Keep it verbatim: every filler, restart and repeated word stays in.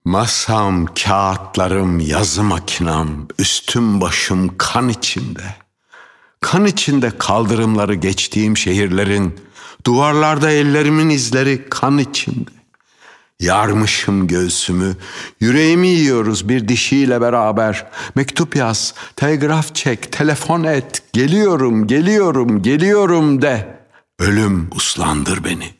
Masam, kağıtlarım, yazı makinam, üstüm başım kan içinde. Kan içinde kaldırımları geçtiğim şehirlerin, duvarlarda ellerimin izleri kan içinde. Yarmışım göğsümü, yüreğimi yiyoruz bir dişiyle beraber. Mektup yaz, telgraf çek, telefon et, geliyorum, geliyorum, geliyorum de. Ölüm uslandır beni.